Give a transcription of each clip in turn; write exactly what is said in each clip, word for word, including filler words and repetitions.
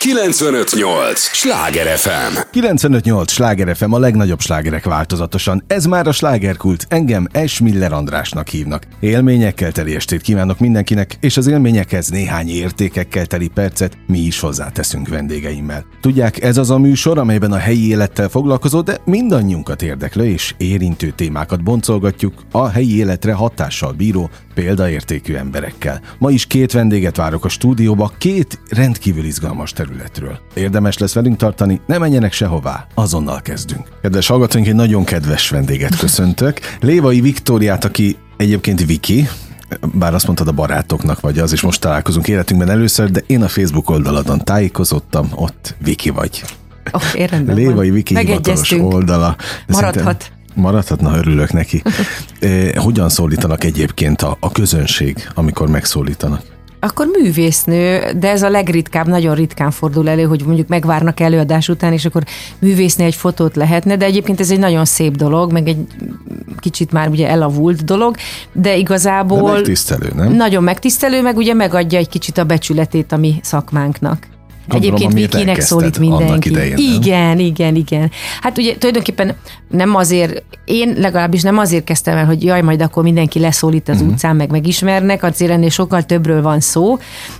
kilencvenöt nyolc Sláger ef em. kilencvenöt nyolc Sláger ef em, a legnagyobb slágerek változatosan. Ez már a slágerkult. Engem Esmiller Andrásnak hívnak. Élményekkel teli estét kívánok mindenkinek, és az élményekhez néhány értékekkel teli percet mi is hozzáteszünk vendégeimmel. Tudják, ez az a műsor, amelyben a helyi élettel foglalkozó, de mindannyiunkat érdeklő és érintő témákat boncolgatjuk a helyi életre hatással bíró, példaértékű emberekkel. Ma is két vendéget várok a stúdióba, két rendkívül izgalmas területről. Érdemes lesz velünk tartani, ne menjenek sehová, azonnal kezdünk. Kedves hallgatóink, egy nagyon kedves vendéget köszöntök. Lévai Viktóriát, aki egyébként Viki, bár azt mondtad, a barátoknak vagy az, és most találkozunk életünkben először, de én a Facebook oldaladon tájékozottam, ott Viki vagy. Oh, én Lévai Viki hivatalos oldala. Maradhat. Maradhat, na örülök neki. E, hogyan szólítanak egyébként a, a közönség, amikor megszólítanak? Akkor művésznő, de ez a legritkább, nagyon ritkán fordul elő, hogy mondjuk megvárnak előadás után, és akkor művésznő egy fotót lehetne, de egyébként ez egy nagyon szép dolog, meg egy kicsit már ugye elavult dolog, de igazából... De megtisztelő, nem? Nagyon megtisztelő, meg ugye megadja egy kicsit a becsületét a mi szakmánknak. Gondolom, egyébként Vikinek szólít mindenki. Idején, igen, igen, igen. Hát ugye tulajdonképpen nem azért, én legalábbis nem azért kezdtem el, hogy jaj, majd akkor mindenki leszólít az uh-huh. utcán, meg megismernek, azért ennél sokkal többről van szó,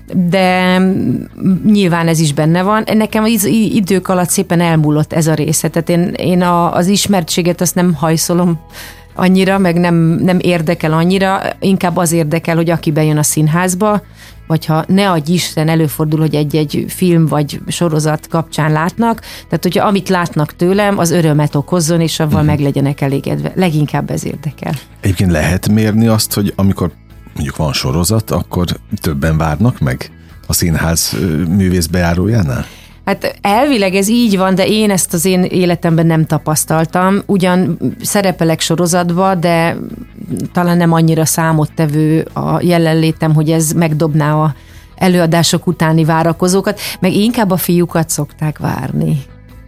de nyilván ez is benne van. Nekem az idők alatt szépen elmúlott ez a része, tehát én, én a, az ismertséget azt nem hajszolom annyira, meg nem, nem érdekel annyira, inkább az érdekel, hogy aki bejön a színházba, vagy ha ne adj Isten, előfordul, hogy egy-egy film vagy sorozat kapcsán látnak, tehát hogyha amit látnak tőlem, az örömet okozzon, és avval uh-huh. meg legyenek elégedve. Leginkább ez érdekel. Egyébként lehet mérni azt, hogy amikor mondjuk van sorozat, akkor többen várnak meg a színház művészbejárójánál? Hát elvileg ez így van, de én ezt az én életemben nem tapasztaltam. Ugyan szerepelek sorozatba, de talán nem annyira számottevő a jelenlétem, hogy ez megdobná a előadások utáni várakozókat, meg inkább a fiúkat szokták várni.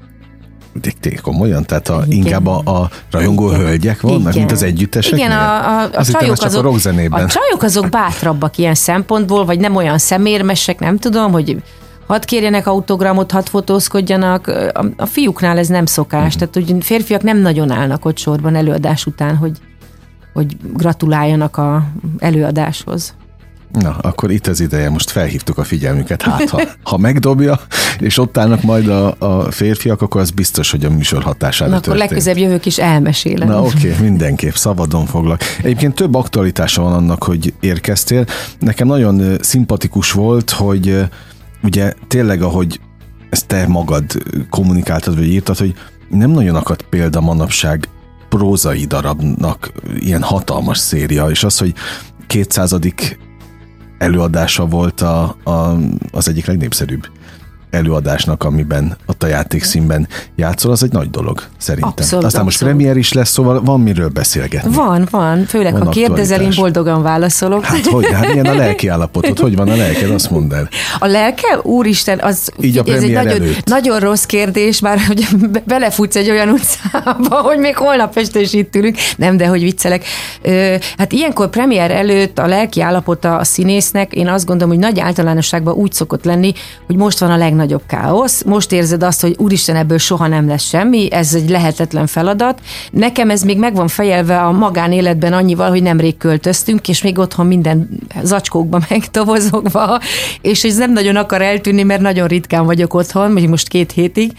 De komolyan? Tehát a, inkább a, a rajongó igen. hölgyek vannak, igen. mint az együtteseknél? Igen, a, a, a, csajok azok, a rockzenében. A csajok azok bátrabbak ilyen szempontból, vagy nem olyan szemérmesek, nem tudom, hogy hadd kérjenek autogramot, hadd fotózkodjanak. A, a fiúknál ez nem szokás, uh-huh. tehát hogy férfiak nem nagyon állnak ott sorban előadás után, hogy, hogy gratuláljanak a előadáshoz. Na, akkor itt az ideje, most felhívtuk a figyelmüket, hát ha, ha megdobja, és ott állnak majd a, a férfiak, akkor az biztos, hogy a műsor hatására Na, történt. akkor legközelebb jövök is elmesélem. Na oké, okay, mindenképp, szabadon foglak. Egyébként több aktualitása van annak, hogy érkeztél. Nekem nagyon szimpatikus volt, hogy ugye tényleg, ahogy ezt te magad kommunikáltad, vagy írtad, hogy nem nagyon akadt példa manapság prózai darabnak ilyen hatalmas széria, és az, hogy kétszázadik előadása volt a, a, az egyik legnépszerűbb előadásnak, amiben ott a játékszínben játszol, az egy nagy dolog, szerintem. Abszolút, Aztán most abszolút. premier is lesz, szóval van miről beszélgetni. Van, van. Főleg, van ha kérdezel, én boldogan válaszolok. Hát hogy? Hát milyen a lelki állapotod? Hogy van a lelked? Azt mondd el. A lelke? Úristen, az így a ez egy nagyon, nagyon rossz kérdés, már hogy belefutsz egy olyan utcába, hogy még holnap este is itt ülünk. Nem, de hogy viccelek. Hát ilyenkor premier előtt a lelki állapota a színésznek, én azt gondolom, hogy nagy általánosságban úgy szokott lenni, hogy most van a leg nagyobb káosz. Most érzed azt, hogy úristen, ebből soha nem lesz semmi, ez egy lehetetlen feladat. Nekem ez még meg van fejelve a magánéletben annyival, hogy nemrég költöztünk, és még otthon minden zacskókba megtobozogva, és ez nem nagyon akar eltűnni, mert nagyon ritkán vagyok otthon, mondjuk most két hétig.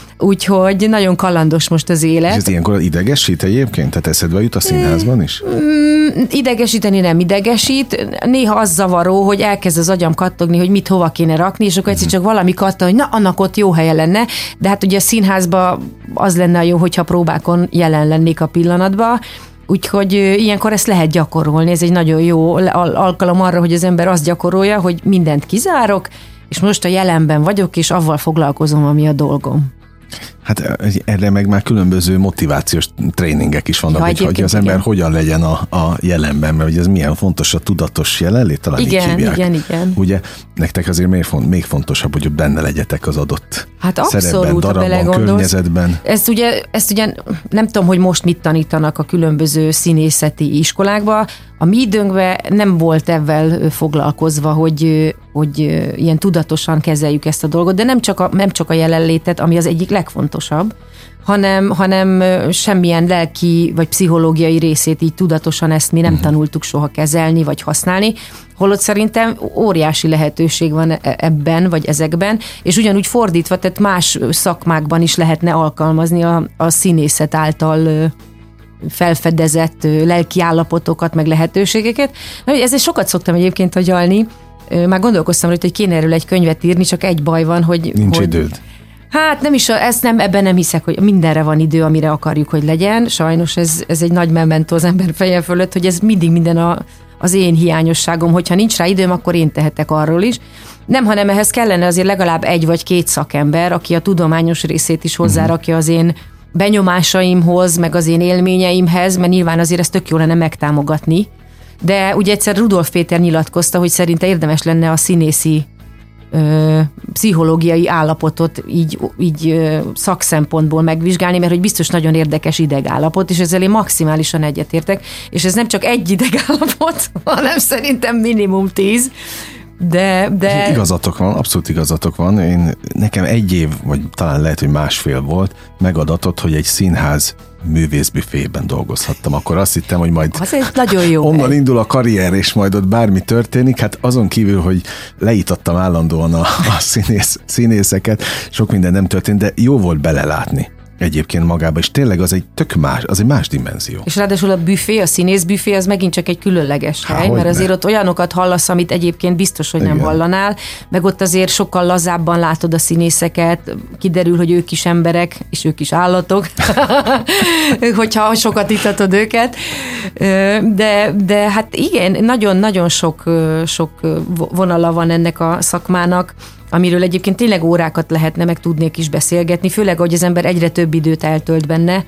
Úgyhogy nagyon kalandos most az élet. És ez ilyenkor idegesít egyébként? Tehát eszedbe jut a színházban is? Mm, idegesíteni nem idegesít. Néha az zavaró, hogy elkezd az agyam kattogni, hogy mit hova kéne rakni, és akkor egyszer csak valami kattog, hogy na, annak ott jó helye lenne. De hát ugye a színházban az lenne jó, hogyha próbákon jelen lennék a pillanatban. Úgyhogy ilyenkor ezt lehet gyakorolni. Ez egy nagyon jó alkalom arra, hogy az ember azt gyakorolja, hogy mindent kizárok, és most a jelenben vagyok, és avval foglalkozom, ami a dolgom. Hát erre meg már különböző motivációs tréningek is vannak, ja, hogy, hogy az ember igen. hogyan legyen a, a jelenben, mert ugye ez milyen fontos a tudatos jelenlét, talán igen, így hívják. Igen, igen, ugye nektek azért még, font, még fontosabb, hogy benne legyetek az adott hát szerepben, darabban, környezetben. Ezt ugye, ezt ugye nem tudom, hogy most mit tanítanak a különböző színészeti iskolákba. A mi időnkben nem volt ezzel foglalkozva, hogy, hogy ilyen tudatosan kezeljük ezt a dolgot, de nem csak a, nem csak a jelenlétet, ami az egyik legfontosabb, hanem, hanem semmilyen lelki vagy pszichológiai részét így tudatosan ezt mi nem uh-huh. tanultuk soha kezelni vagy használni, holott szerintem óriási lehetőség van ebben vagy ezekben, és ugyanúgy fordítva, tehát más szakmákban is lehetne alkalmazni a, a színészet által felfedezett lelki állapotokat, meg lehetőségeket. Ezért sokat szoktam egyébként agyalni, már gondolkoztam, hogy kéne erről egy könyvet írni, csak egy baj van, hogy... Nincs hogy, időd. Hát nem is, ezt nem, ebben nem hiszek, hogy mindenre van idő, amire akarjuk, hogy legyen. Sajnos ez, ez egy nagy memento az ember feje fölött, hogy ez mindig minden a, az én hiányosságom, hogyha nincs rá időm, akkor én tehetek arról is. Nem, hanem ehhez kellene azért legalább egy vagy két szakember, aki a tudományos részét is hozzárakja az én benyomásaimhoz, meg az én élményeimhez, mert nyilván azért ezt tök jó lenne megtámogatni. De ugye egyszer Rudolf Péter nyilatkozta, hogy szerinte érdemes lenne a színészi ö, pszichológiai állapotot így, így ö, szakszempontból megvizsgálni, mert hogy biztos nagyon érdekes idegállapot, és ezzel én maximálisan egyetértek, és ez nem csak egy idegállapot, hanem szerintem minimum tíz. De, de... Igazatok van, abszolút igazatok van. Én, nekem egy év, vagy talán lehet, hogy másfél volt, megadatott, hogy egy színház művészbüfében dolgozhattam. Akkor azt hittem, hogy majd az egy nagyon jó onnan indul a karrier, és majd ott bármi történik. Hát azon kívül, hogy leítattam állandóan a, a színész, színészeket, sok minden nem történt, de jó volt belelátni egyébként magába, és tényleg az egy tök más, az egy más dimenzió. És ráadásul a büfé, a színész büfé, az megint csak egy különleges hely, Há, mert azért ne. Ott olyanokat hallasz, amit egyébként biztos, hogy Igen. nem hallanál, meg ott azért sokkal lazábban látod a színészeket, kiderül, hogy ők is emberek, és ők is állatok, hogyha sokat itatod őket. De, de hát igen, nagyon-nagyon sok, sok vonala van ennek a szakmának, amiről egyébként tényleg órákat lehetne, meg tudnék is beszélgetni, főleg, hogy az ember egyre több időt eltölt benne,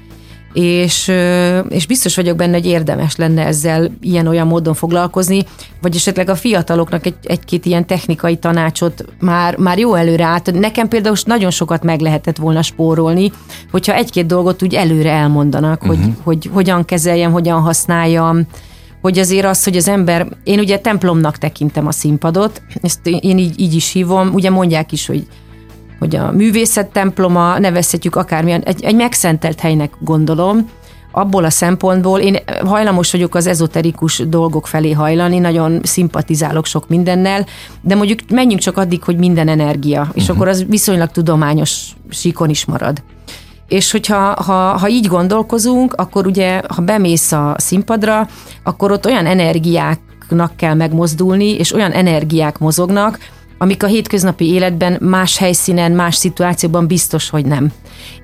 és, és biztos vagyok benne, hogy érdemes lenne ezzel ilyen-olyan módon foglalkozni, vagy esetleg a fiataloknak egy, egy-két ilyen technikai tanácsot már, már jó előre át. Nekem például nagyon sokat meg lehetett volna spórolni, hogyha egy-két dolgot úgy előre elmondanak, uh-huh. hogy, hogy hogyan kezeljem, hogyan használjam, hogy azért az, hogy az ember, én ugye templomnak tekintem a színpadot, ezt én így, így is hívom, ugye mondják is, hogy, hogy a művészet temploma, nevezhetjük akármilyen, egy, egy megszentelt helynek gondolom, abból a szempontból én hajlamos vagyok az ezoterikus dolgok felé hajlani, nagyon szimpatizálok sok mindennel, de mondjuk menjünk csak addig, hogy minden energia, és uh-huh. akkor az viszonylag tudományos síkon is marad. És hogyha ha, ha így gondolkozunk, akkor ugye, ha bemész a színpadra, akkor ott olyan energiáknak kell megmozdulni, és olyan energiák mozognak, amik a hétköznapi életben más helyszínen, más szituációban biztos, hogy nem.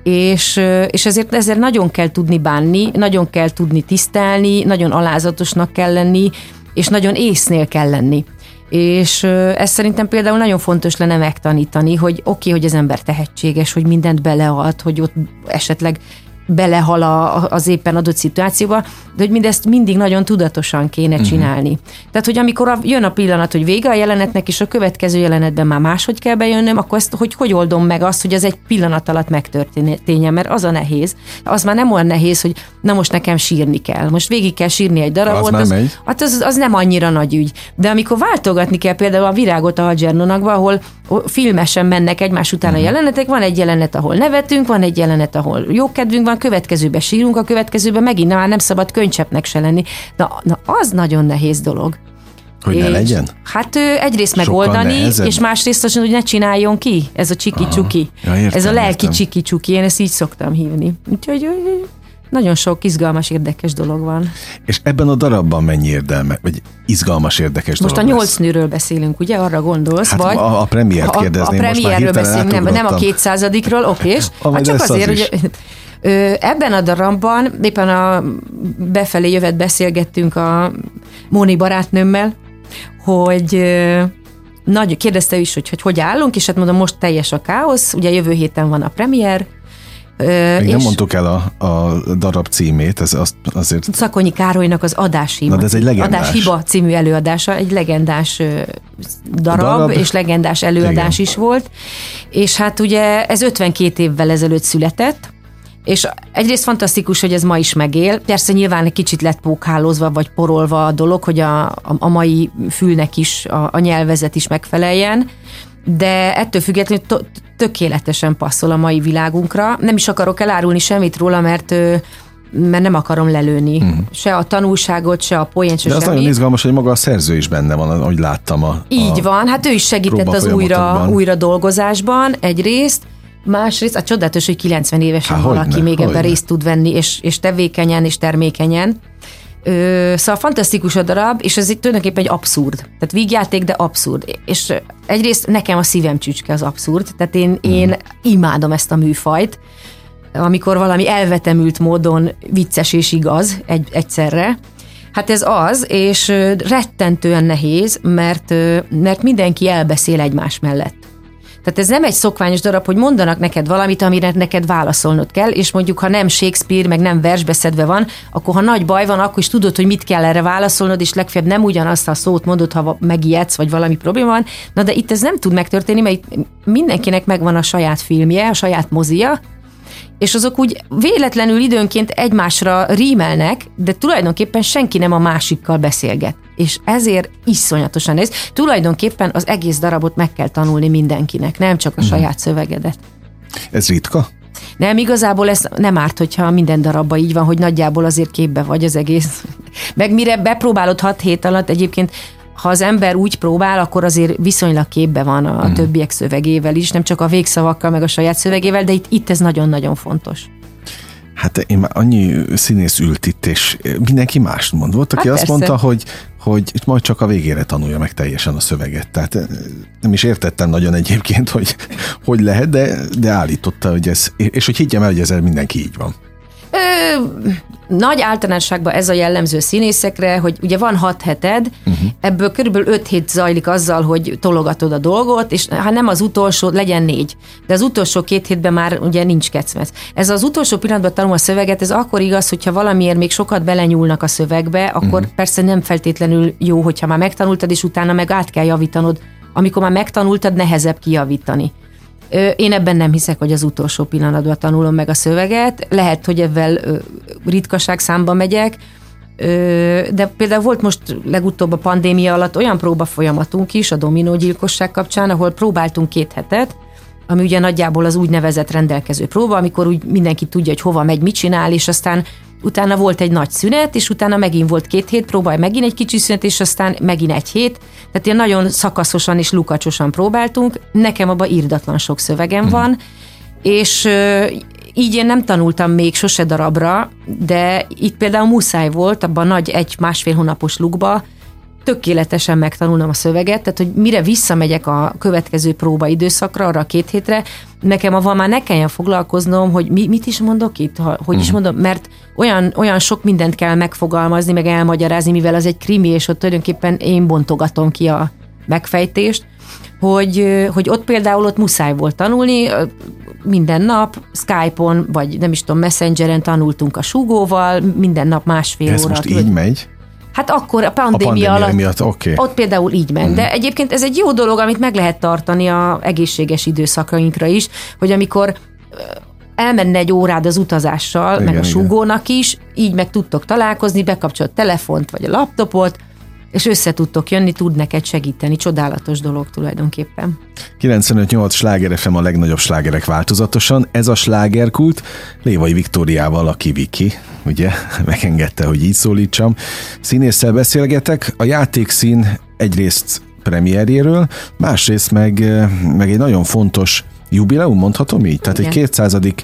És, és ezért, ezért nagyon kell tudni bánni, nagyon kell tudni tisztelni, nagyon alázatosnak kell lenni, és nagyon észnél kell lenni. És ez szerintem például nagyon fontos lenne megtanítani, hogy oké, okay, hogy az ember tehetséges, hogy mindent belead, hogy ott esetleg belehal a, az éppen adott szituációba, de hogy mindezt mindig nagyon tudatosan kéne csinálni. Uh-huh. Tehát, hogy amikor a, jön a pillanat, hogy vége a jelenetnek, és a következő jelenetben már máshogy kell bejönnöm, akkor ezt hogy, hogy oldom meg azt, hogy ez egy pillanat alatt megtörténjen, mert az a nehéz. Az már nem olyan nehéz, hogy na most nekem sírni kell. Most végig kell sírni egy darabot. Az, az, hát az, az nem annyira nagy ügy. De amikor váltogatni kell például a Virágot a Algernonakba, ahol filmesen mennek egymás után uh-huh. a jelenetek, van egy jelenet, ahol nevetünk, van egy jelenet, ahol jókedvünk van, következőben sírunk, a következőben megint már nem szabad könycseppnek se lenni. Na, na az nagyon nehéz dolog. Hogy és, ne legyen? Hát egyrészt megoldani, és másrészt az, hogy ne csináljon ki. Ez a csiki-csuki. Ja, ez a lelki csiki-csuki. Én ezt így szoktam hívni. Úgyhogy nagyon sok izgalmas, érdekes dolog van. És ebben a darabban mennyi érdelme, vagy izgalmas, érdekes most dolog a nyolc nőről beszélünk, ugye? Arra gondolsz? Hát vagy a, a premiért kérdezném. A, a premiérről beszélünk, nem, nem a kétszázadikról, okés. Hát csak azért, hogy ebben a darabban, éppen a befelé jövet beszélgettünk a Móni barátnőmmel, hogy nagy, kérdezte is, hogy, hogy hogy állunk, és hát mondom, most teljes a káosz, ugye jövő héten van a premier, Még nem mondtuk el a, a darab címét, ez az, azért... Szakonyi Károlynak az Adáshiba, Na, de ez egy legendás. Adáshiba című előadása, egy legendás darab, darab. és legendás előadás Igen. is volt, és hát ugye ez ötvenkét évvel ezelőtt született, és egyrészt fantasztikus, hogy ez ma is megél. Persze nyilván egy kicsit lett pókhálózva, vagy porolva a dolog, hogy a, a mai fülnek is, a, a nyelvezet is megfeleljen, de ettől függetlenül to- tökéletesen passzol a mai világunkra. Nem is akarok elárulni semmit róla, mert, mert nem akarom lelőni. Mm. Se a tanulságot, se a poént, se De az semmi. nagyon izgalmas, hogy maga a szerző is benne van, ahogy láttam a Így a van, hát ő is segített az újra, újra dolgozásban egyrészt, másrészt a csodálatos, hogy kilencven évesen Há, valaki hogyne, még hogyne. ebben részt tud venni, és, és tevékenyen, és termékenyen. Ö, szóval fantasztikus a darab, és ez tulajdonképpen egy abszurd. Tehát vígjáték, de abszurd. És egyrészt nekem a szívem csücske az abszurd, tehát én, hmm. én imádom ezt a műfajt, amikor valami elvetemült módon vicces és igaz egy, egyszerre. Hát ez az, és rettentően nehéz, mert, mert mindenki elbeszél egymás mellett. Tehát ez nem egy szokványos darab, hogy mondanak neked valamit, amire neked válaszolnod kell, és mondjuk, ha nem Shakespeare, meg nem versbeszedve van, akkor ha nagy baj van, akkor is tudod, hogy mit kell erre válaszolnod, és legfeljebb nem ugyanazt a szót mondod, ha megijedsz, vagy valami probléma van. Na de itt ez nem tud megtörténni, mert itt mindenkinek megvan a saját filmje, a saját mozia, és azok úgy véletlenül időnként egymásra rímelnek, de tulajdonképpen senki nem a másikkal beszélget. És ezért iszonyatosan néz. Tulajdonképpen az egész darabot meg kell tanulni mindenkinek, nem csak a saját szövegedet. Ez ritka? Nem, igazából ez nem árt, hogyha minden darabban így van, hogy nagyjából azért képbe vagy az egész. Meg mire bepróbálod hat hét alatt, egyébként ha az ember úgy próbál, akkor azért viszonylag képbe van a hmm. többiek szövegével is, nem csak a végszavakkal, meg a saját szövegével, de itt, itt ez nagyon-nagyon fontos. Hát én már annyi színész ült itt, és mindenki mást mond. Volt, aki hát azt persze. mondta, hogy, hogy majd csak a végére tanulja meg teljesen a szöveget. Tehát nem is értettem nagyon egyébként, hogy hogy lehet, de, de állította, hogy ez, és hogy higgyem el, hogy ezzel mindenki így van. Ö, nagy általánosságban ez a jellemző színészekre, hogy ugye van hat heted, uh-huh. ebből körülbelül öt hét zajlik azzal, hogy tologatod a dolgot, és ha nem az utolsó, legyen négy. De az utolsó két hétben már ugye nincs kecmec. Ez az utolsó pillanatban tanul a szöveget, ez akkor igaz, hogyha valamiért még sokat belenyúlnak a szövegbe, akkor uh-huh. persze nem feltétlenül jó, hogyha már megtanultad, és utána meg át kell javítanod. Amikor már megtanultad, nehezebb kijavítani. Én ebben nem hiszek, hogy az utolsó pillanatban tanulom meg a szöveget. Lehet, hogy ebben ritkaság számba megyek, de például volt most legutóbb a pandémia alatt olyan próba folyamatunk is a dominógyilkosság kapcsán, ahol próbáltunk két hetet, ami ugye nagyjából az úgynevezett rendelkező próba, amikor úgy mindenki tudja, hogy hova megy, mit csinál, és aztán utána volt egy nagy szünet, és utána megint volt két hét próba, megint egy kicsi szünet, és aztán megint egy hét. Tehát ilyen nagyon szakaszosan és lukacsosan próbáltunk. Nekem abban irdatlan sok szövegem hmm. van, és euh, így én nem tanultam még sose darabra, de itt például muszáj volt abban a nagy egy-másfél hónapos lukba tökéletesen megtanulnom a szöveget, tehát hogy mire visszamegyek a következő próbaidőszakra, arra a két hétre, nekem avval már ne kelljen foglalkoznom, hogy mi, mit is mondok itt, hogy uh-huh. is mondom, mert olyan, olyan sok mindent kell megfogalmazni, meg elmagyarázni, mivel az egy krimi, és ott tulajdonképpen én bontogatom ki a megfejtést, hogy, hogy ott például ott muszáj volt tanulni, minden nap Skype-on, vagy nem is tudom, Messengeren tanultunk a súgóval, minden nap másfél Ez óra. Ez most így megy? Hát akkor a pandémia, a pandémia alatt miatt, okay. ott például így ment. Mm. De egyébként ez egy jó dolog, amit meg lehet tartani a egészséges időszakainkra is, hogy amikor elmenne egy órád az utazással, igen, meg a súgónak is, így meg tudtok találkozni, bekapcsolt telefont vagy a laptopot, és össze tudtok jönni, tud neked segíteni. Csodálatos dolog tulajdonképpen. kilencvenöt nyolc Sláger ef em a legnagyobb slágerek változatosan. Ez a slágerkult Lévai Viktóriával, aki Viki, ugye, megengedte, hogy így szólítsam. Színésszel beszélgetek, a játékszín egyrészt premierjéről, másrészt meg, meg egy nagyon fontos jubileum, mondhatom így? Tehát igen. Egy kétszázadik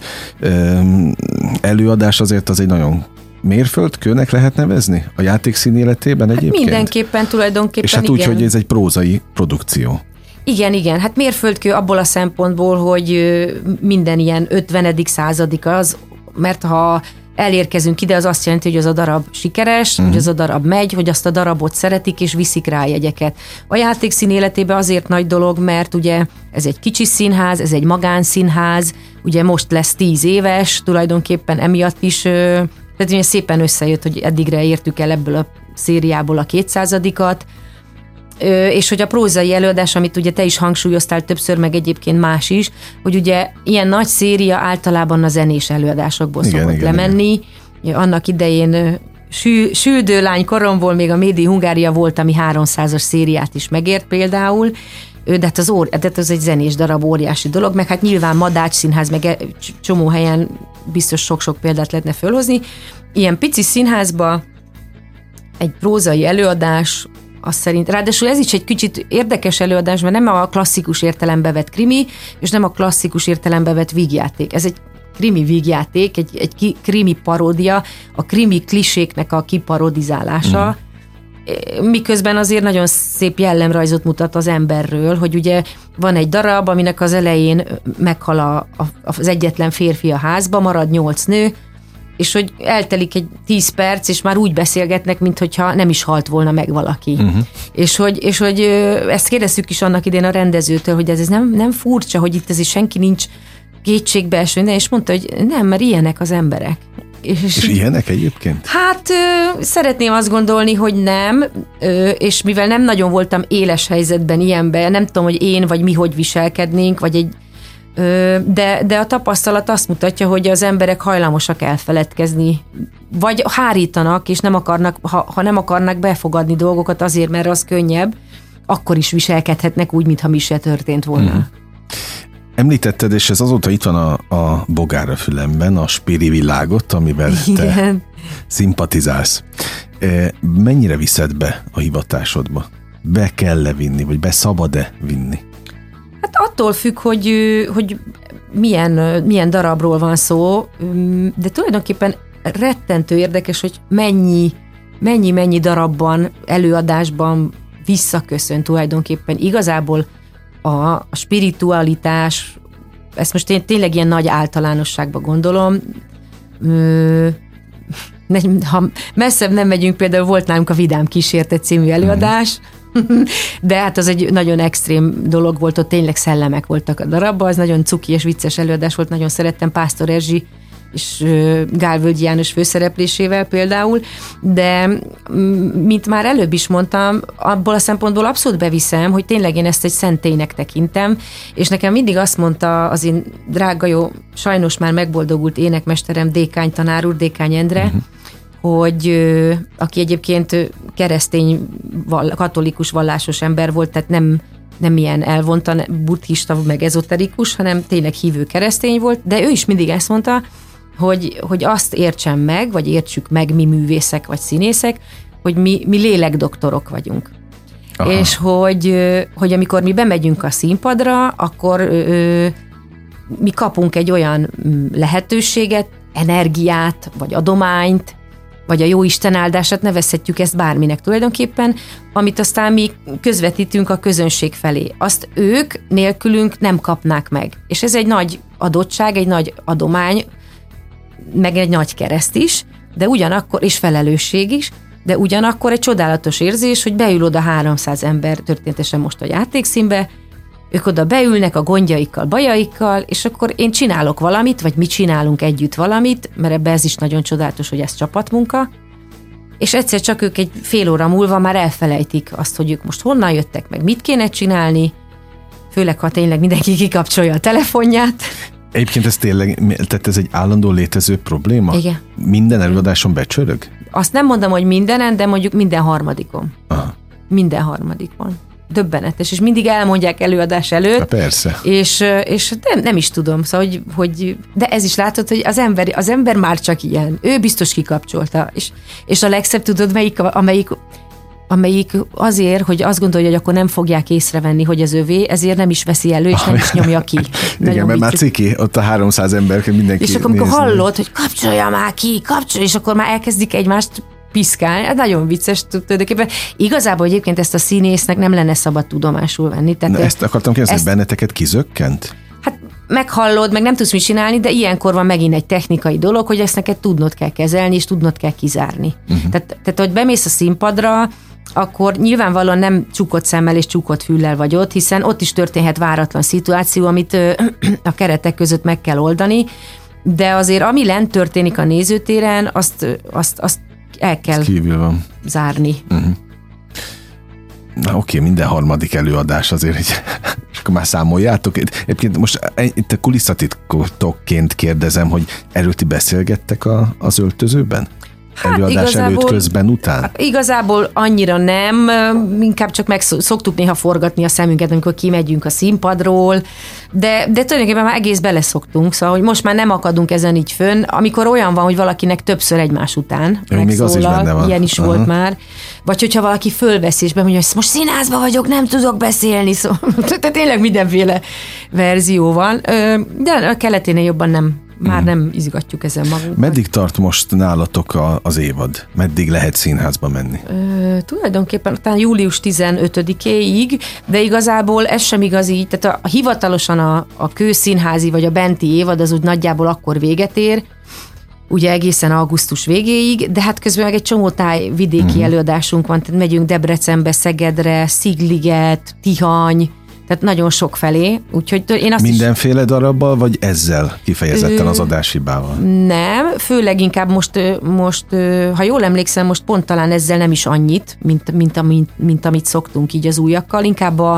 előadás azért az egy nagyon mérföldkőnek lehet nevezni a játékszín életében egyébként? Hát mindenképpen tulajdonképpen És hát igen. úgy, hogy ez egy prózai produkció. Igen, igen, hát mérföldkő abból a szempontból, hogy minden ilyen ötvenedik századik az, mert ha elérkezünk ide, az azt jelenti, hogy az a darab sikeres, uh-huh. hogy az a darab megy, hogy azt a darabot szeretik, és viszik rá jegyeket. A játékszín életében azért nagy dolog, mert ugye ez egy kicsi színház, ez egy magánszínház, ugye most lesz tíz éves, tulajdonképpen emiatt is, tehát ugye szépen összejött, hogy eddigre értük el ebből a szériából a kétszázadikat, és hogy a prózai előadás, amit ugye te is hangsúlyoztál többször, meg egyébként más is, hogy ugye ilyen nagy széria általában a zenés előadásokból igen, szokott igen, lemenni. Igen. Annak idején sű, Süldőlány koromból még a Médi Hungária volt, ami háromszázas szériát is megért például, de hát az, óri, de az egy zenés darab, óriási dolog, meg hát nyilván Madács Színház, meg csomó helyen biztos sok-sok példát lehetne fölhozni. Ilyen pici színházba egy prózai előadás, azt szerint, ráadásul ez is egy kicsit érdekes előadás, mert nem a klasszikus értelembe vett krimi, és nem a klasszikus értelembe vett vígjáték. Ez egy krimi vígjáték, egy, egy krimi paródia, a krimi kliséknek a kiparodizálása, mm. miközben azért nagyon szép jellemrajzot mutat az emberről, hogy ugye van egy darab, aminek az elején meghal a, a, az egyetlen férfi a házba, marad nyolc nő, és hogy eltelik egy tíz perc, és már úgy beszélgetnek, minthogyha nem is halt volna meg valaki. Uh-huh. És, hogy, és hogy ezt kérdeztük is annak idén a rendezőtől, hogy ez, ez nem, nem furcsa, hogy itt ez is senki nincs kétségbeeső, és mondta, hogy nem, mert ilyenek az emberek. És, és ilyenek egyébként? Hát ö, szeretném azt gondolni, hogy nem, ö, és mivel nem nagyon voltam éles helyzetben ilyenben, nem tudom, hogy én vagy mi hogy viselkednénk, vagy egy De, de a tapasztalat azt mutatja, hogy az emberek hajlamosak elfeledkezni, vagy hárítanak, és nem akarnak, ha, ha nem akarnak befogadni dolgokat azért, mert az könnyebb, akkor is viselkedhetnek úgy, mintha mi se történt volna. Hmm. Említetted, és ez azóta itt van a, a bogár a fülemben, a spiri világot, amivel te igen. szimpatizálsz. Mennyire viszed be a hivatásodba? Be kell-e vinni, vagy be szabad-e vinni? Hát attól függ, hogy, hogy milyen, milyen darabról van szó, de tulajdonképpen rettentő érdekes, hogy mennyi, mennyi, mennyi darabban, előadásban visszaköszön tulajdonképpen igazából a, a spiritualitás, ezt most én tényleg ilyen nagy általánosságban gondolom, ha messzebb nem megyünk, például volt nálunk a Vidám Kísértet című előadás, de hát az egy nagyon extrém dolog volt, ott tényleg szellemek voltak a darabban, az nagyon cuki és vicces előadás volt, nagyon szerettem Pásztor Erzsi és Gálvölgyi János főszereplésével például, de mint már előbb is mondtam, abból a szempontból abszolút beviszem, hogy tényleg én ezt egy szentélynek tekintem, és nekem mindig azt mondta az én drága jó, sajnos már megboldogult énekmesterem, Dékány tanár úr, Dékány Endre, uh-huh. hogy aki egyébként keresztény, katolikus, vallásos ember volt, tehát nem, nem ilyen elvontan buddhista, meg ezoterikus, hanem tényleg hívő keresztény volt, de ő is mindig ezt mondta, hogy, hogy azt értsem meg, vagy értsük meg mi művészek, vagy színészek, hogy mi, mi lélekdoktorok vagyunk. Aha. És hogy, hogy amikor mi bemegyünk a színpadra, akkor ö, mi kapunk egy olyan lehetőséget, energiát, vagy adományt, vagy a jóisten áldását, nevezhetjük ezt bárminek tulajdonképpen, amit aztán mi közvetítünk a közönség felé. Azt ők nélkülünk nem kapnák meg. És ez egy nagy adottság, egy nagy adomány, meg egy nagy kereszt is, de ugyanakkor, és felelősség is, de ugyanakkor egy csodálatos érzés, hogy beül oda háromszáz ember, történetesen most a játékszínbe, ők oda beülnek a gondjaikkal, bajaikkal, és akkor én csinálok valamit, vagy mi csinálunk együtt valamit, mert ebbe ez is nagyon csodálatos, hogy ez csapatmunka, és egyszer csak ők egy fél óra múlva már elfelejtik azt, hogy ők most honnan jöttek, meg mit kéne csinálni, főleg, ha tényleg mindenki kikapcsolja a telefonját. Egyébként ez tényleg, tehát ez egy állandó létező probléma? Igen. Minden előadáson becsörög? Azt nem mondom, hogy mindenen, de mondjuk minden harmadikon. Aha. Minden harmadikon. Döbbenetes, és mindig elmondják előadás előtt. Na persze. És, és nem, nem is tudom, szóval, hogy, hogy, de ez is látod, hogy az ember, az ember már csak ilyen. Ő biztos kikapcsolta. És, és a legszebb tudod, melyik, amelyik, amelyik azért, hogy azt gondolja, hogy akkor nem fogják észrevenni, hogy az övé, ezért nem is veszi elő, és nem is nyomja ki. Igen, mert már ciki, ott a háromszáz ember, mindenki és akkor, amikor hallod, hogy kapcsolja már ki, kapcsolja, és akkor már elkezdik egymást piszkálni, hát nagyon vicces tulajdonképpen. Igazából egyébként ezt a színésznek nem lenne szabad tudomásul venni. Tehát Na ezt akartam kérdezni, ezt... benneteket kizökkent? Hát meghallod, meg nem tudsz mit csinálni, de ilyenkor van megint egy technikai dolog, hogy ezt neked tudnod kell kezelni, és tudnod kell kizárni. Uh-huh. Tehát, tehát, hogy bemész a színpadra, akkor nyilvánvalóan nem csukott szemmel és csukott füllel vagy ott, hiszen ott is történhet váratlan szituáció, amit ö, a keretek között meg kell oldani, de azért ami lent történik a nézőtéren, azt, azt, azt el kell kívül van. zárni. Uh-huh. Na oké, minden harmadik előadás azért, hogy és akkor már számoljátok. Egyébként most itt a kulisszatitkokként kérdezem, hogy erről ti beszélgettek a, az öltözőben? Hát előadás előtt, közben, után? Igazából annyira nem, inkább csak meg szoktuk néha forgatni a szemünket, amikor kimegyünk a színpadról, de, de tulajdonképpen már egész beleszoktunk, szóval hogy most már nem akadunk ezen így fönn, amikor olyan van, hogy valakinek többször egymás után megszólal, ilyen is Aha. volt már, vagy hogyha valaki fölvesz és bemondja, hogy most színházban vagyok, nem tudok beszélni, szóval tehát tényleg mindenféle verzió van, de a keleténél jobban nem. Már mm. nem izgatjuk ezen magunkat. Meddig tart most nálatok a, az évad? Meddig lehet színházba menni? Ö, tulajdonképpen talán július tizenötödikéig, de igazából ez sem igaz így, tehát a, a hivatalosan a, a kőszínházi vagy a benti évad az úgy nagyjából akkor véget ér, ugye egészen augusztus végéig, de hát közben meg egy csomó tájvidéki mm. előadásunk van, tehát megyünk Debrecenbe, Szegedre, Szigliget, Tihany, tehát nagyon sok felé, úgyhogy én azt Mindenféle is... darabbal, vagy ezzel kifejezetten az adáshibával? Nem, főleg inkább most, most, ha jól emlékszem, most pont talán ezzel nem is annyit, mint, mint, mint, mint amit szoktunk így az újakkal, inkább a,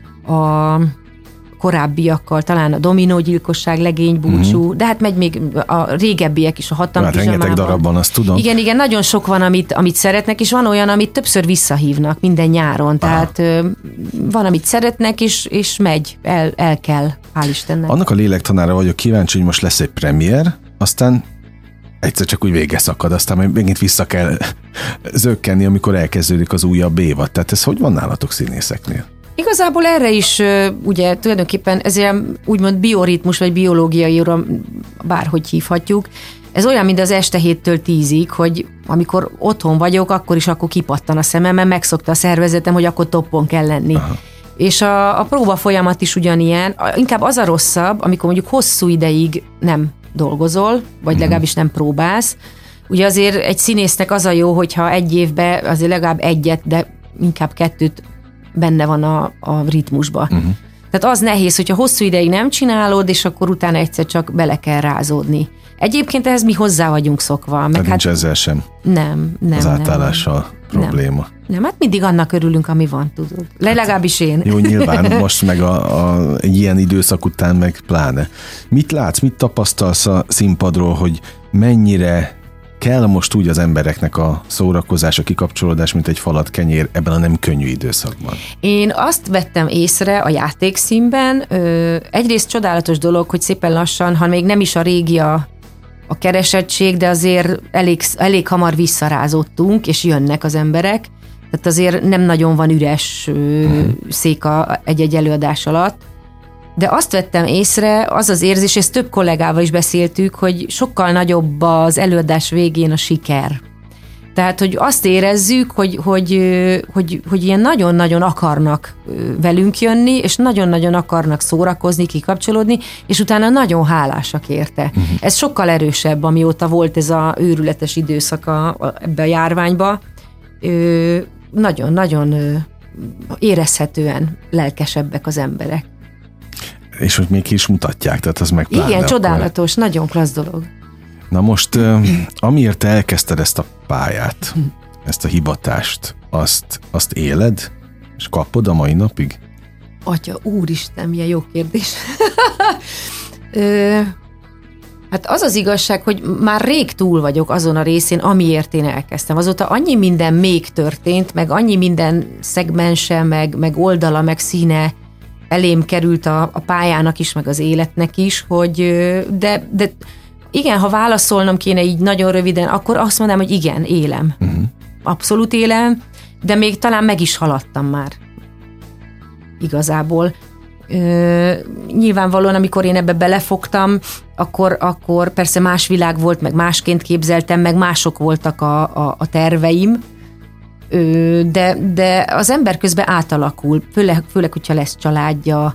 a korábbiakkal, talán a Dominógyilkosság, Legénybúcsú, uh-huh. de hát megy még a régebbiek is, a Hatalmi hát rengeteg darabban, azt tudom. Igen, igen, nagyon sok van, amit, amit szeretnek, és van olyan, amit többször visszahívnak minden nyáron, tehát Aha. van, amit szeretnek, és, és megy, el, el kell, hál' Istennek. Annak a lélektanára vagyok kíváncsi, hogy most lesz egy premier, aztán egyszer csak úgy vége szakad, aztán majd megint vissza kell zökkenni, amikor elkezdődik az újabb évad. Tehát ez hogy van nálatok színészeknél? Igazából erre is ugye tulajdonképpen ez ilyen úgymond bioritmus, vagy biológiai, bárhogy hívhatjuk. Ez olyan, mint az este héttől tízig, hogy amikor otthon vagyok, akkor is akkor kipattan a szemem, mert megszokta a szervezetem, hogy akkor toppon kell lenni. Aha. És a, a próba folyamat is ugyanilyen. Inkább az a rosszabb, amikor mondjuk hosszú ideig nem dolgozol, vagy legalábbis nem próbálsz. Ugye azért egy színésznek az a jó, hogyha egy évben azért legalább egyet, de inkább kettőt benne van a, a ritmusba. Uh-huh. Tehát az nehéz, hogyha hosszú ideig nem csinálod, és akkor utána egyszer csak bele kell rázódni. Egyébként ehhez mi hozzá vagyunk szokva. Meg Tehát hát nincs ezzel sem nem, nem, az átállással nem, probléma. Nem. nem, hát mindig annak örülünk, ami van, tudod. Le, legalábbis én. Jó, nyilván most meg a, a, egy ilyen időszak után meg pláne. Mit látsz, mit tapasztalsz a színpadról, hogy mennyire kell most úgy az embereknek a szórakozás, a kikapcsolódás, mint egy falat kenyér ebben a nem könnyű időszakban? Én azt vettem észre a játékszínben, ö, egyrészt csodálatos dolog, hogy szépen lassan, ha még nem is a régi a, a keresettség, de azért elég, elég hamar visszarázottunk, és jönnek az emberek, tehát azért nem nagyon van üres ö, hmm. szék a, egy-egy előadás alatt. De azt vettem észre, az az érzés, ezt több kollégával is beszéltük, hogy sokkal nagyobb az előadás végén a siker. Tehát, hogy azt érezzük, hogy, hogy, hogy, hogy ilyen nagyon-nagyon akarnak velünk jönni, és nagyon-nagyon akarnak szórakozni, kikapcsolódni, és utána nagyon hálásak érte. Uh-huh. Ez sokkal erősebb, amióta volt ez a őrületes időszak a, a, ebbe a járványba. Nagyon-nagyon érezhetően lelkesebbek az emberek. És hogy még ki is mutatják, tehát az meg pláne. Igen, akkor... csodálatos, nagyon klassz dolog. Na most, amiért te elkezdted ezt a pályát, ezt a hivatást, azt, azt éled, és kapod a mai napig? Atya, úristen, milyen jó kérdés. Ö, hát az az igazság, hogy már rég túl vagyok azon a részén, amiért én elkezdtem. Azóta annyi minden még történt, meg annyi minden szegmense, meg, meg oldala, meg színe elém került a, a pályának is, meg az életnek is, hogy de, de igen, ha válaszolnom kéne így nagyon röviden, akkor azt mondanám, hogy igen, élem. Uh-huh. Abszolút élem, de még talán meg is haladtam már. Igazából. Ö, nyilvánvalóan, amikor én ebbe belefogtam, akkor, akkor persze más világ volt, meg másként képzeltem, meg mások voltak a, a, a terveim, Ö, de, de az ember közben átalakul, főleg, főleg, hogyha lesz családja,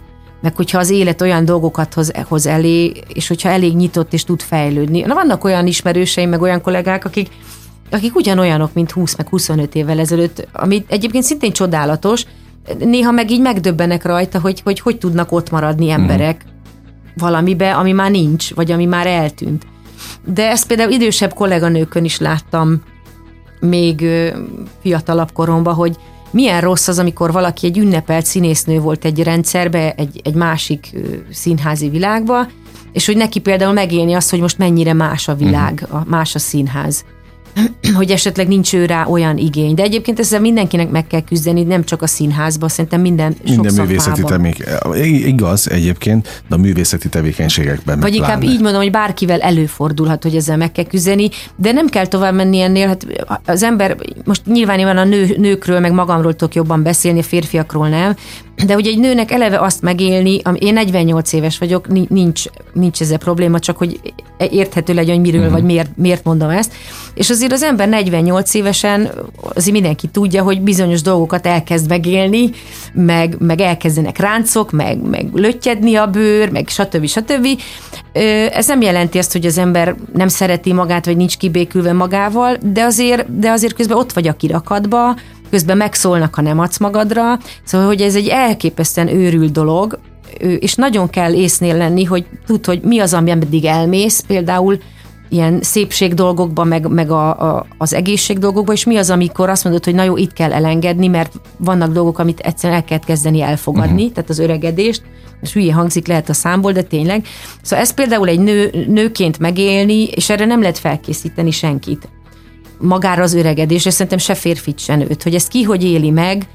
meg hogyha az élet olyan dolgokat hoz, hoz elé, és hogyha elég nyitott és tud fejlődni. Na, vannak olyan ismerőseim, meg olyan kollégák, akik, akik ugyanolyanok, mint húsz meg huszonöt évvel ezelőtt, ami egyébként szintén csodálatos, néha meg így megdöbbenek rajta, hogy hogy, hogy tudnak ott maradni emberek uh-huh. valamibe, ami már nincs, vagy ami már eltűnt. De ezt például idősebb kolléganőkön is láttam még fiatalabb koromban, hogy milyen rossz az, amikor valaki egy ünnepelt színésznő volt egy rendszerbe, egy, egy másik színházi világba, és hogy neki például megélni azt, hogy most mennyire más a világ, a, más a színház. Hogy esetleg nincs ő rá olyan igény. De egyébként ezzel mindenkinek meg kell küzdeni, nem csak a színházban, szerintem minden sok minden művészeti tevékenység. Igaz egyébként, de a művészeti tevékenységekben vagy inkább így mondom, hogy bárkivel előfordulhat, hogy ezzel meg kell küzdeni, de nem kell tovább menni ennél. Hát az ember, most nyilván a nő, nőkről, meg magamról tudok jobban beszélni, a férfiakról nem, de hogy egy nőnek eleve azt megélni, ami, én negyvennyolc éves vagyok, nincs, nincs ezzel probléma, csak hogy érthető legyen, hogy miről, uh-huh. vagy miért, miért mondom ezt. És azért az ember negyvennyolc évesen, azért mindenki tudja, hogy bizonyos dolgokat elkezd megélni, meg, meg elkezdenek ráncok, meg, meg löttyedni a bőr, meg stb. stb. Ez nem jelenti azt, hogy az ember nem szereti magát, vagy nincs kibékülve magával, de azért, de azért közben ott vagy a kirakatba, közben megszólnak, ha nem adsz magadra. Szóval, hogy ez egy elképesztően őrült dolog, és nagyon kell észnél lenni, hogy tudd, hogy mi az, ami eddig elmész, például ilyen szépség dolgokba, meg, meg a, a, az egészség dolgokba, és mi az, amikor azt mondod, hogy na jó, itt kell elengedni, mert vannak dolgok, amit egyszerűen el kell kezdeni elfogadni, uh-huh. tehát az öregedést, és hülye hangzik lehet a számból, de tényleg. Szóval ez például egy nő, nőként megélni, és erre nem lehet felkészíteni senkit. Magára az öregedés, és szerintem se férfit, se nőt, hogy ezt ki hogy éli meg,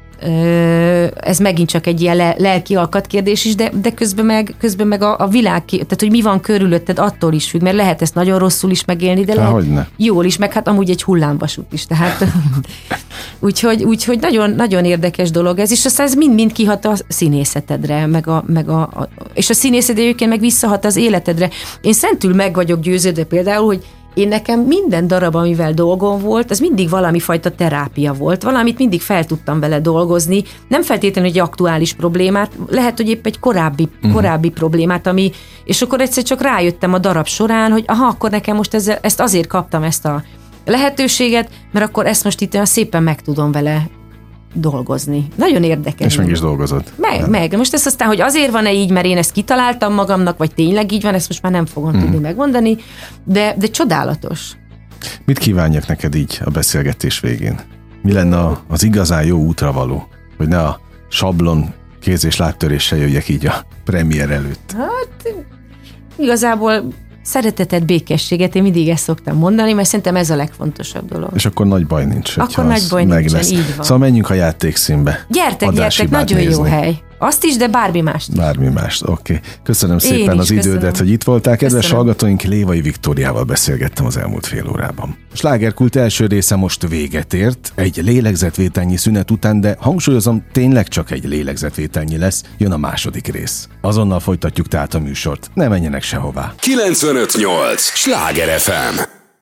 ez megint csak egy ilyen le, lelki alkatkérdés is, de, de közben meg, közben meg a, a világ, tehát hogy mi van körülötted, attól is függ, mert lehet ezt nagyon rosszul is megélni, de lehet jól is, meg hát amúgy egy hullámvasút is, tehát úgyhogy, úgyhogy nagyon, nagyon érdekes dolog ez, és aztán ez mind-mind kihat a színészetedre, meg a, meg a, a és a színészed egyébként meg visszahat az életedre. Én szentül meg vagyok győződve például, hogy én nekem minden darab, amivel dolgom volt, az mindig valami fajta terápia volt. Valamit mindig fel tudtam vele dolgozni. Nem feltétlenül egy aktuális problémát, lehet, hogy épp egy korábbi, uh-huh. korábbi problémát, ami, és akkor egyszer csak rájöttem a darab során, hogy aha, akkor nekem most ezzel, ezt azért kaptam ezt a lehetőséget, mert akkor ezt most itt olyan szépen meg tudom vele dolgozni. Nagyon érdekes. És meg is dolgozott. Meg, ja. meg. Most ezt aztán, hogy azért van-e így, mert én ezt kitaláltam magamnak, vagy tényleg így van, ezt most már nem fogom mm. tudni megmondani, de, de csodálatos. Mit kívánjak neked így a beszélgetés végén? Mi lenne az igazán jó útra való, hogy ne a sablon kéz- és lábtöréssel jöjjek így a premier előtt? Hát igazából szeretetet, békességet, én mindig ezt szoktam mondani, mert szerintem ez a legfontosabb dolog. És akkor nagy baj nincs. Akkor nagy baj nincsen, így van. Szóval menjünk a játékszínbe. Gyertek, gyertek, nagyon nézni. Jó hely. Azt is, de bármi mást. Bármi mást, oké. Okay. Köszönöm szépen az idődet, köszönöm. Hogy itt voltál. Kedves köszönöm. Hallgatóink, Lévai Viktóriával beszélgettem az elmúlt fél órában. A Slágerkult első része most véget ért, egy lélegzetvételnyi szünet után, de hangsúlyozom, tényleg csak egy lélegzetvételnyi lesz, jön a második rész. Azonnal folytatjuk tehát a műsort. Ne menjenek sehová. kilencvenöt nyolc Sláger ef em